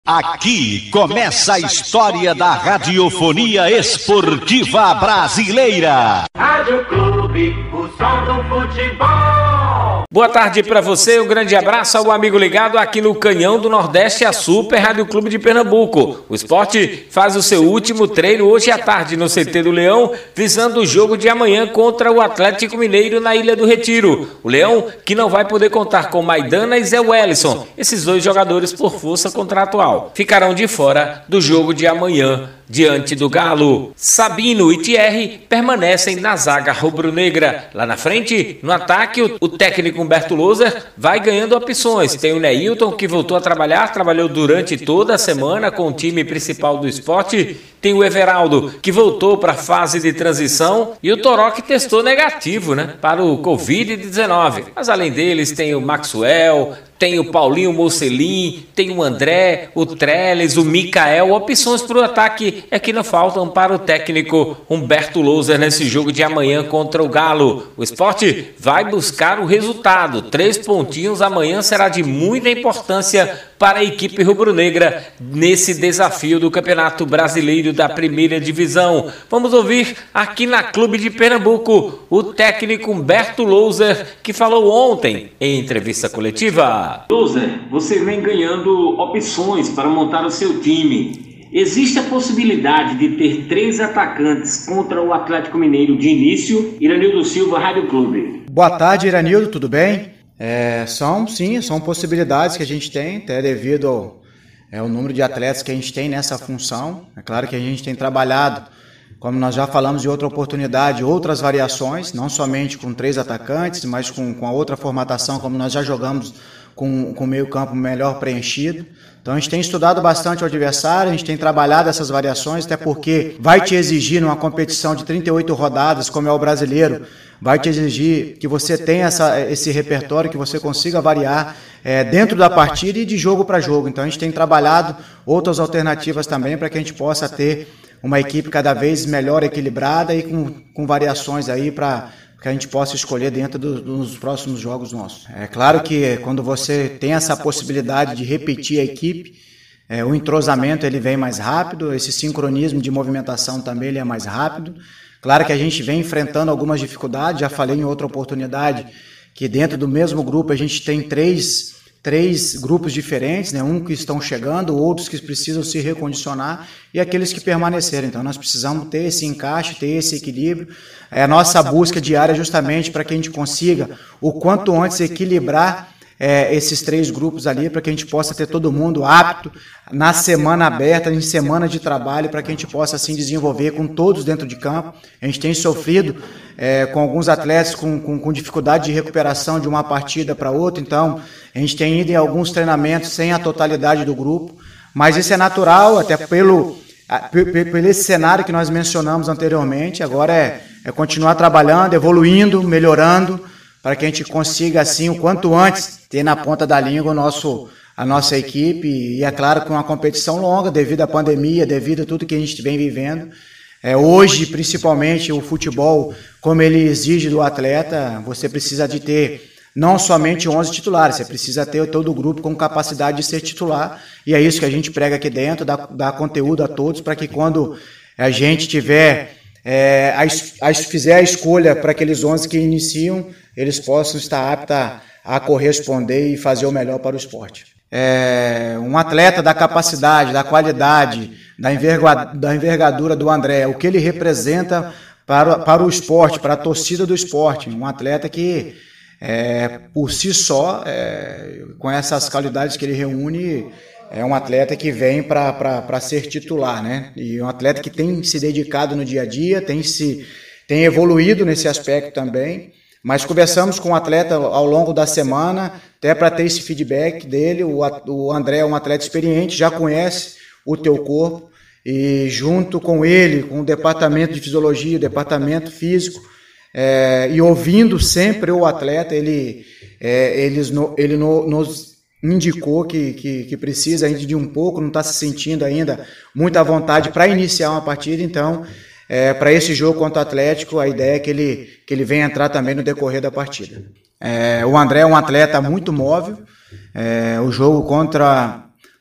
Aqui começa a história da radiofonia esportiva brasileira. Rádio Clube, o som do futebol. Boa tarde para você, um grande abraço ao amigo ligado aqui no Canhão do Nordeste, a Super Rádio Clube de Pernambuco. O esporte faz o seu último treino hoje à tarde no CT do Leão, visando o jogo de amanhã contra o Atlético Mineiro na Ilha do Retiro. O Leão que não vai poder contar com Maidana e Zé Wellison, esses dois jogadores por força contratual, ficarão de fora do jogo de amanhã diante do Galo. Sabino e Thierry permanecem na zaga rubro-negra. Lá na frente, no ataque, o técnico Humberto Loser vai ganhando opções. Tem o Neilton, que voltou a trabalhar, trabalhou durante toda a semana com o time principal do esporte. Tem o Everaldo, que voltou para a fase de transição, e o Toró, que testou negativo, para o Covid-19. Mas além deles, tem o Maxwell, tem o Paulinho Mocelin, tem o André, o Trellis, o Mikael. Opções para o ataque é que não faltam para o técnico Humberto Loser nesse jogo de amanhã contra o Galo. O esporte vai buscar o resultado. 3 pontinhos amanhã será de muita importância para a equipe rubro-negra nesse desafio do Campeonato Brasileiro da Primeira Divisão. Vamos ouvir aqui na Clube de Pernambuco o técnico Humberto Loser, que falou ontem em entrevista coletiva. Loser, você vem ganhando opções para montar o seu time. Existe a possibilidade de ter 3 atacantes contra o Atlético Mineiro de início? Iranildo Silva, Rádio Clube. Boa tarde, Iranildo, tudo bem? São possibilidades que a gente tem, até devido ao número de atletas que a gente tem nessa função. É claro que a gente tem trabalhado, como nós já falamos em outra oportunidade, outras variações, não somente com 3 atacantes, mas com a outra formatação, como nós já jogamos com o meio campo melhor preenchido. Então a gente tem estudado bastante o adversário, a gente tem trabalhado essas variações, até porque vai te exigir numa competição de 38 rodadas, como é o brasileiro, vai te exigir que você tenha esse repertório, que você consiga variar dentro da partida e de jogo para jogo. Então a gente tem trabalhado outras alternativas também para que a gente possa ter uma equipe cada vez melhor equilibrada e com variações aí para que a gente possa escolher dentro dos próximos jogos nossos. É claro que quando você tem essa possibilidade de repetir a equipe, o entrosamento ele vem mais rápido, esse sincronismo de movimentação também ele é mais rápido. Claro que a gente vem enfrentando algumas dificuldades, já falei em outra oportunidade, que dentro do mesmo grupo a gente tem três grupos diferentes, um que estão chegando, outros que precisam se recondicionar e aqueles que permaneceram. Então nós precisamos ter esse encaixe, ter esse equilíbrio. É a nossa busca diária justamente para que a gente consiga o quanto antes equilibrar esses 3 grupos ali, para que a gente possa ter todo mundo apto na semana aberta, em semana de trabalho, para que a gente possa assim desenvolver com todos dentro de campo. A gente tem sofrido com alguns atletas com dificuldade de recuperação de uma partida para outra, então a gente tem ido em alguns treinamentos sem a totalidade do grupo, mas isso é natural, até pelo esse cenário que nós mencionamos anteriormente. Agora é continuar trabalhando, evoluindo, melhorando, para que a gente consiga, assim, o quanto antes, ter na ponta da língua a nossa equipe. E é claro que uma competição longa, devido à pandemia, devido a tudo que a gente vem vivendo. Hoje, principalmente, o futebol, como ele exige do atleta, você precisa de ter não somente 11 titulares, você precisa ter todo o grupo com capacidade de ser titular. E é isso que a gente prega aqui dentro, dá conteúdo a todos, para que quando a gente tiver... fizer a escolha para aqueles 11 que iniciam, eles possam estar aptos a corresponder e fazer o melhor para o esporte. Um atleta da capacidade, da qualidade, da envergadura do André, o que ele representa para o esporte, para a torcida do esporte, um atleta que por si só, com essas qualidades que ele reúne, é um atleta que vem para ser titular, E um atleta que tem se dedicado no dia a dia, tem evoluído nesse aspecto também. Mas conversamos com o atleta ao longo da semana, até para ter esse feedback dele. O André é um atleta experiente, já conhece o teu corpo, e junto com ele, com o departamento de fisiologia, o departamento físico, e ouvindo sempre o atleta, ele nos indicou que precisa ainda de um pouco, não está se sentindo ainda muita vontade para iniciar uma partida. Então, para esse jogo contra o Atlético, a ideia é que ele venha entrar também no decorrer da partida. O André é um atleta muito móvel. O jogo contra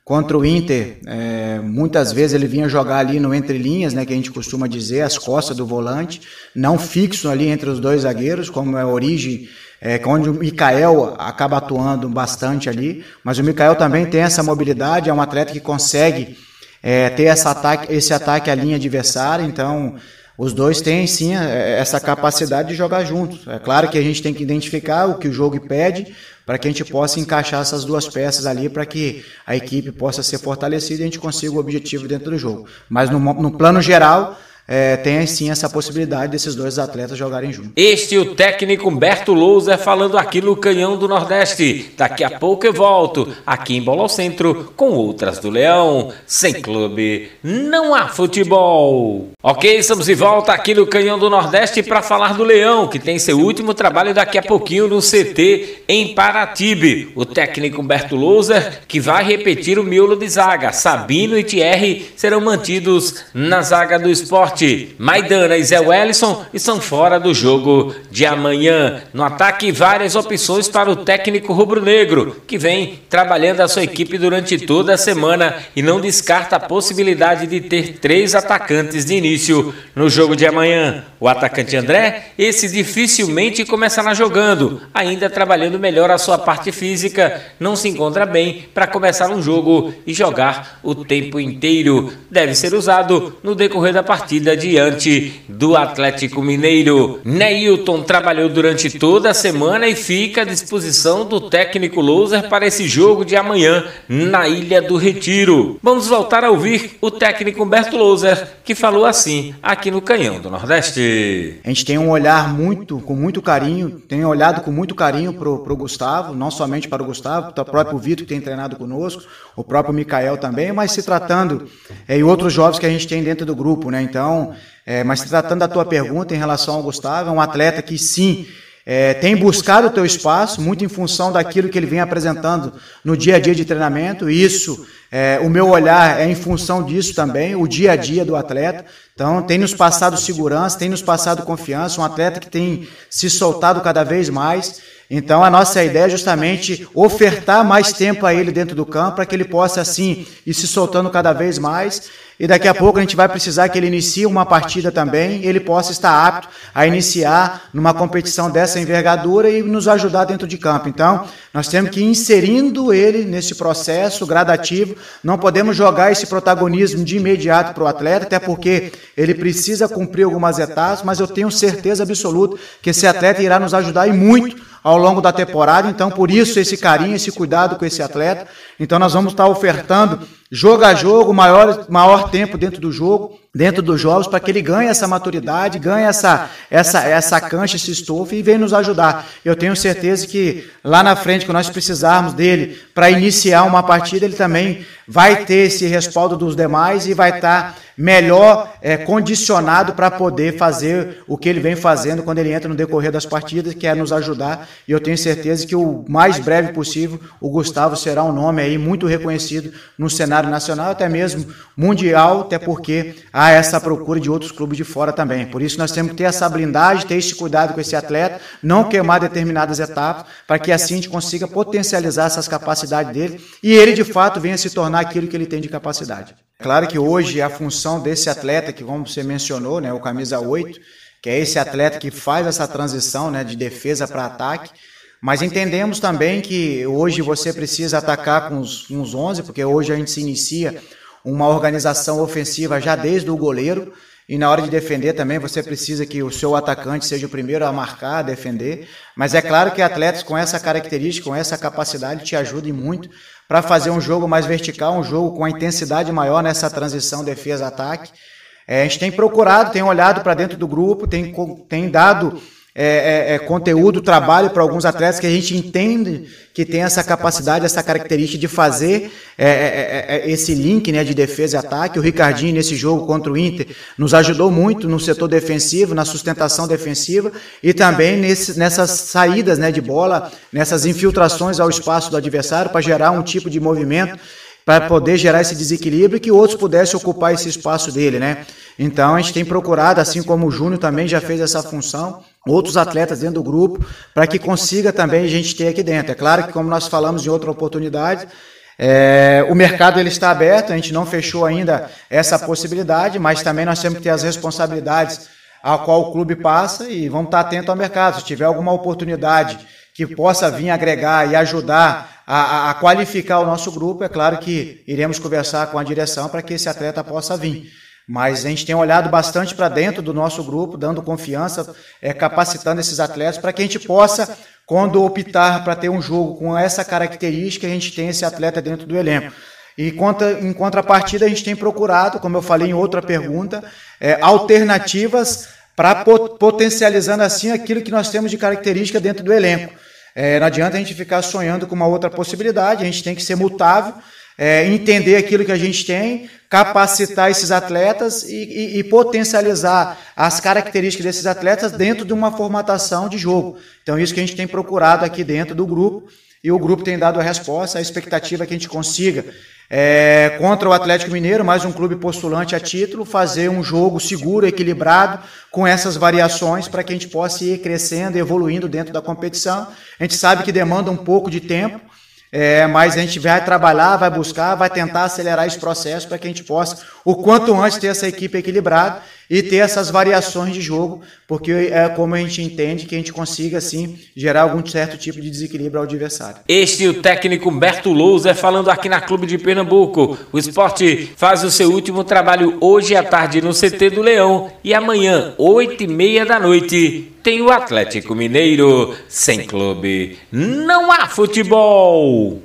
Contra o Inter, muitas vezes ele vinha jogar ali no entre-linhas, né, que a gente costuma dizer, as costas do volante, não fixo ali entre os dois zagueiros, como é a origem, onde o Mikael acaba atuando bastante ali, mas o Mikael também tem essa mobilidade, é um atleta que consegue ter esse ataque à linha adversária, então os dois têm sim essa capacidade de jogar juntos. É claro que a gente tem que identificar o que o jogo pede, para que a gente possa encaixar essas duas peças ali, para que a equipe possa ser fortalecida e a gente consiga o objetivo dentro do jogo. Mas no plano geral, tem sim essa possibilidade desses dois atletas jogarem juntos. Este é o técnico Humberto Louser falando aqui no Canhão do Nordeste. Daqui a pouco eu volto aqui em Bola ao Centro com outras do Leão. Sem clube, não há futebol. Ok, estamos de volta aqui no Canhão do Nordeste para falar do Leão, que tem seu último trabalho daqui a pouquinho no CT em Paratibe. O técnico Humberto Louser, que vai repetir o miolo de zaga. Sabino e Thierry serão mantidos na zaga do Sport. Maidana e Zé Wellison estão fora do jogo de amanhã. No ataque, várias opções para o técnico rubro-negro, que vem trabalhando a sua equipe durante toda a semana e não descarta a possibilidade de ter 3 atacantes de início no jogo de amanhã. O atacante André, esse dificilmente começará jogando, ainda trabalhando melhor a sua parte física, não se encontra bem para começar um jogo e jogar o tempo inteiro. Deve ser usado no decorrer da partida diante do Atlético Mineiro. Neilton trabalhou durante toda a semana e fica à disposição do técnico Louser para esse jogo de amanhã na Ilha do Retiro. Vamos voltar a ouvir o técnico Humberto Louser, que falou assim aqui no Canhão do Nordeste. A gente tem um olhar com muito carinho, tem olhado com muito carinho para o Gustavo, não somente para o Gustavo, para o próprio Vitor, que tem treinado conosco, o próprio Mikael também, mas se tratando e outros jovens que a gente tem dentro do grupo, né? Então, mas se tratando da tua pergunta em relação ao Gustavo, é um atleta que sim, tem buscado o teu espaço, muito em função daquilo que ele vem apresentando no dia a dia de treinamento. Isso, o meu olhar é em função disso também, o dia a dia do atleta. Então, tem nos passado segurança, tem nos passado confiança, um atleta que tem se soltado cada vez mais. Então, a nossa ideia é justamente ofertar mais tempo a ele dentro do campo, para que ele possa, assim, ir se soltando cada vez mais. E daqui a pouco a gente vai precisar que ele inicie uma partida também, ele possa estar apto a iniciar numa competição dessa envergadura e nos ajudar dentro de campo. Então, nós temos que ir inserindo ele nesse processo gradativo, não podemos jogar esse protagonismo de imediato para o atleta, até porque ele precisa cumprir algumas etapas, mas eu tenho certeza absoluta que esse atleta irá nos ajudar e muito ao longo da temporada. Então, por isso, esse carinho, esse cuidado com esse atleta. Então, nós vamos estar ofertando jogo a jogo, maior tempo dentro do jogo, dentro dos jogos, para que ele ganhe essa maturidade, ganhe essa cancha, esse estofo e venha nos ajudar. Eu tenho certeza que lá na frente, que nós precisarmos dele para iniciar uma partida, ele também vai ter esse respaldo dos demais e vai estar melhor condicionado para poder fazer o que ele vem fazendo quando ele entra no decorrer das partidas, que é nos ajudar. E eu tenho certeza que o mais breve possível o Gustavo será um nome aí muito reconhecido no cenário nacional, até mesmo mundial, até porque há essa procura de outros clubes de fora também. Por isso nós temos que ter essa blindagem, ter esse cuidado com esse atleta, não queimar determinadas etapas, para que assim a gente consiga potencializar essas capacidades dele e ele de fato venha se tornar aquilo que ele tem de capacidade. Claro que hoje a função desse atleta, que como você mencionou, né, o camisa 8, que é esse atleta que faz essa transição, né, de defesa para ataque, mas entendemos também que hoje você precisa atacar com os 11, porque hoje a gente se inicia uma organização ofensiva já desde o goleiro, e na hora de defender também você precisa que o seu atacante seja o primeiro a marcar, a defender, mas é claro que atletas com essa característica, com essa capacidade te ajudem muito para fazer um jogo mais vertical, um jogo com a intensidade maior nessa transição defesa-ataque. A gente tem procurado, tem olhado para dentro do grupo, tem dado conteúdo, trabalho para alguns atletas que a gente entende que tem essa capacidade, essa característica de fazer esse link, né, de defesa e ataque. O Ricardinho, nesse jogo contra o Inter, nos ajudou muito no setor defensivo, na sustentação defensiva e também nessas saídas, né, de bola, nessas infiltrações ao espaço do adversário para gerar um tipo de movimento, para poder gerar esse desequilíbrio e que outros pudessem ocupar esse espaço dele, né? Então a gente tem procurado, assim como o Júnior também já fez essa função, outros atletas dentro do grupo, para que consiga também a gente ter aqui dentro. É claro que, como nós falamos em outra oportunidade, O mercado ele está aberto, a gente não fechou ainda essa possibilidade, mas também nós temos que ter as responsabilidades a qual o clube passa e vamos estar atentos ao mercado. Se tiver alguma oportunidade que possa vir agregar e ajudar a qualificar o nosso grupo, é claro que iremos conversar com a direção para que esse atleta possa vir. Mas a gente tem olhado bastante para dentro do nosso grupo, dando confiança, capacitando esses atletas para que a gente possa, quando optar para ter um jogo com essa característica, a gente tenha esse atleta dentro do elenco. E em contrapartida, a gente tem procurado, como eu falei em outra pergunta, alternativas para potencializando assim aquilo que nós temos de característica dentro do elenco. Não adianta a gente ficar sonhando com uma outra possibilidade, a gente tem que ser mutável, entender aquilo que a gente tem, capacitar esses atletas e potencializar as características desses atletas dentro de uma formatação de jogo. Então, isso que a gente tem procurado aqui dentro do grupo, e o grupo tem dado a resposta, a expectativa é que a gente consiga, contra o Atlético Mineiro, mais um clube postulante a título, fazer um jogo seguro, equilibrado, com essas variações, para que a gente possa ir crescendo e evoluindo dentro da competição. A gente sabe que demanda um pouco de tempo, mas a gente vai trabalhar, vai buscar, vai tentar acelerar esse processo para que a gente possa, o quanto antes, ter essa equipe equilibrada e ter essas variações de jogo, porque é como a gente entende que a gente consiga, assim, gerar algum certo tipo de desequilíbrio ao adversário. Este é o técnico Humberto Louser falando aqui na Clube de Pernambuco. O Sport faz o seu último trabalho hoje à tarde no CT do Leão e amanhã, 8h30 da noite, tem o Atlético Mineiro. Sem clube, não há futebol!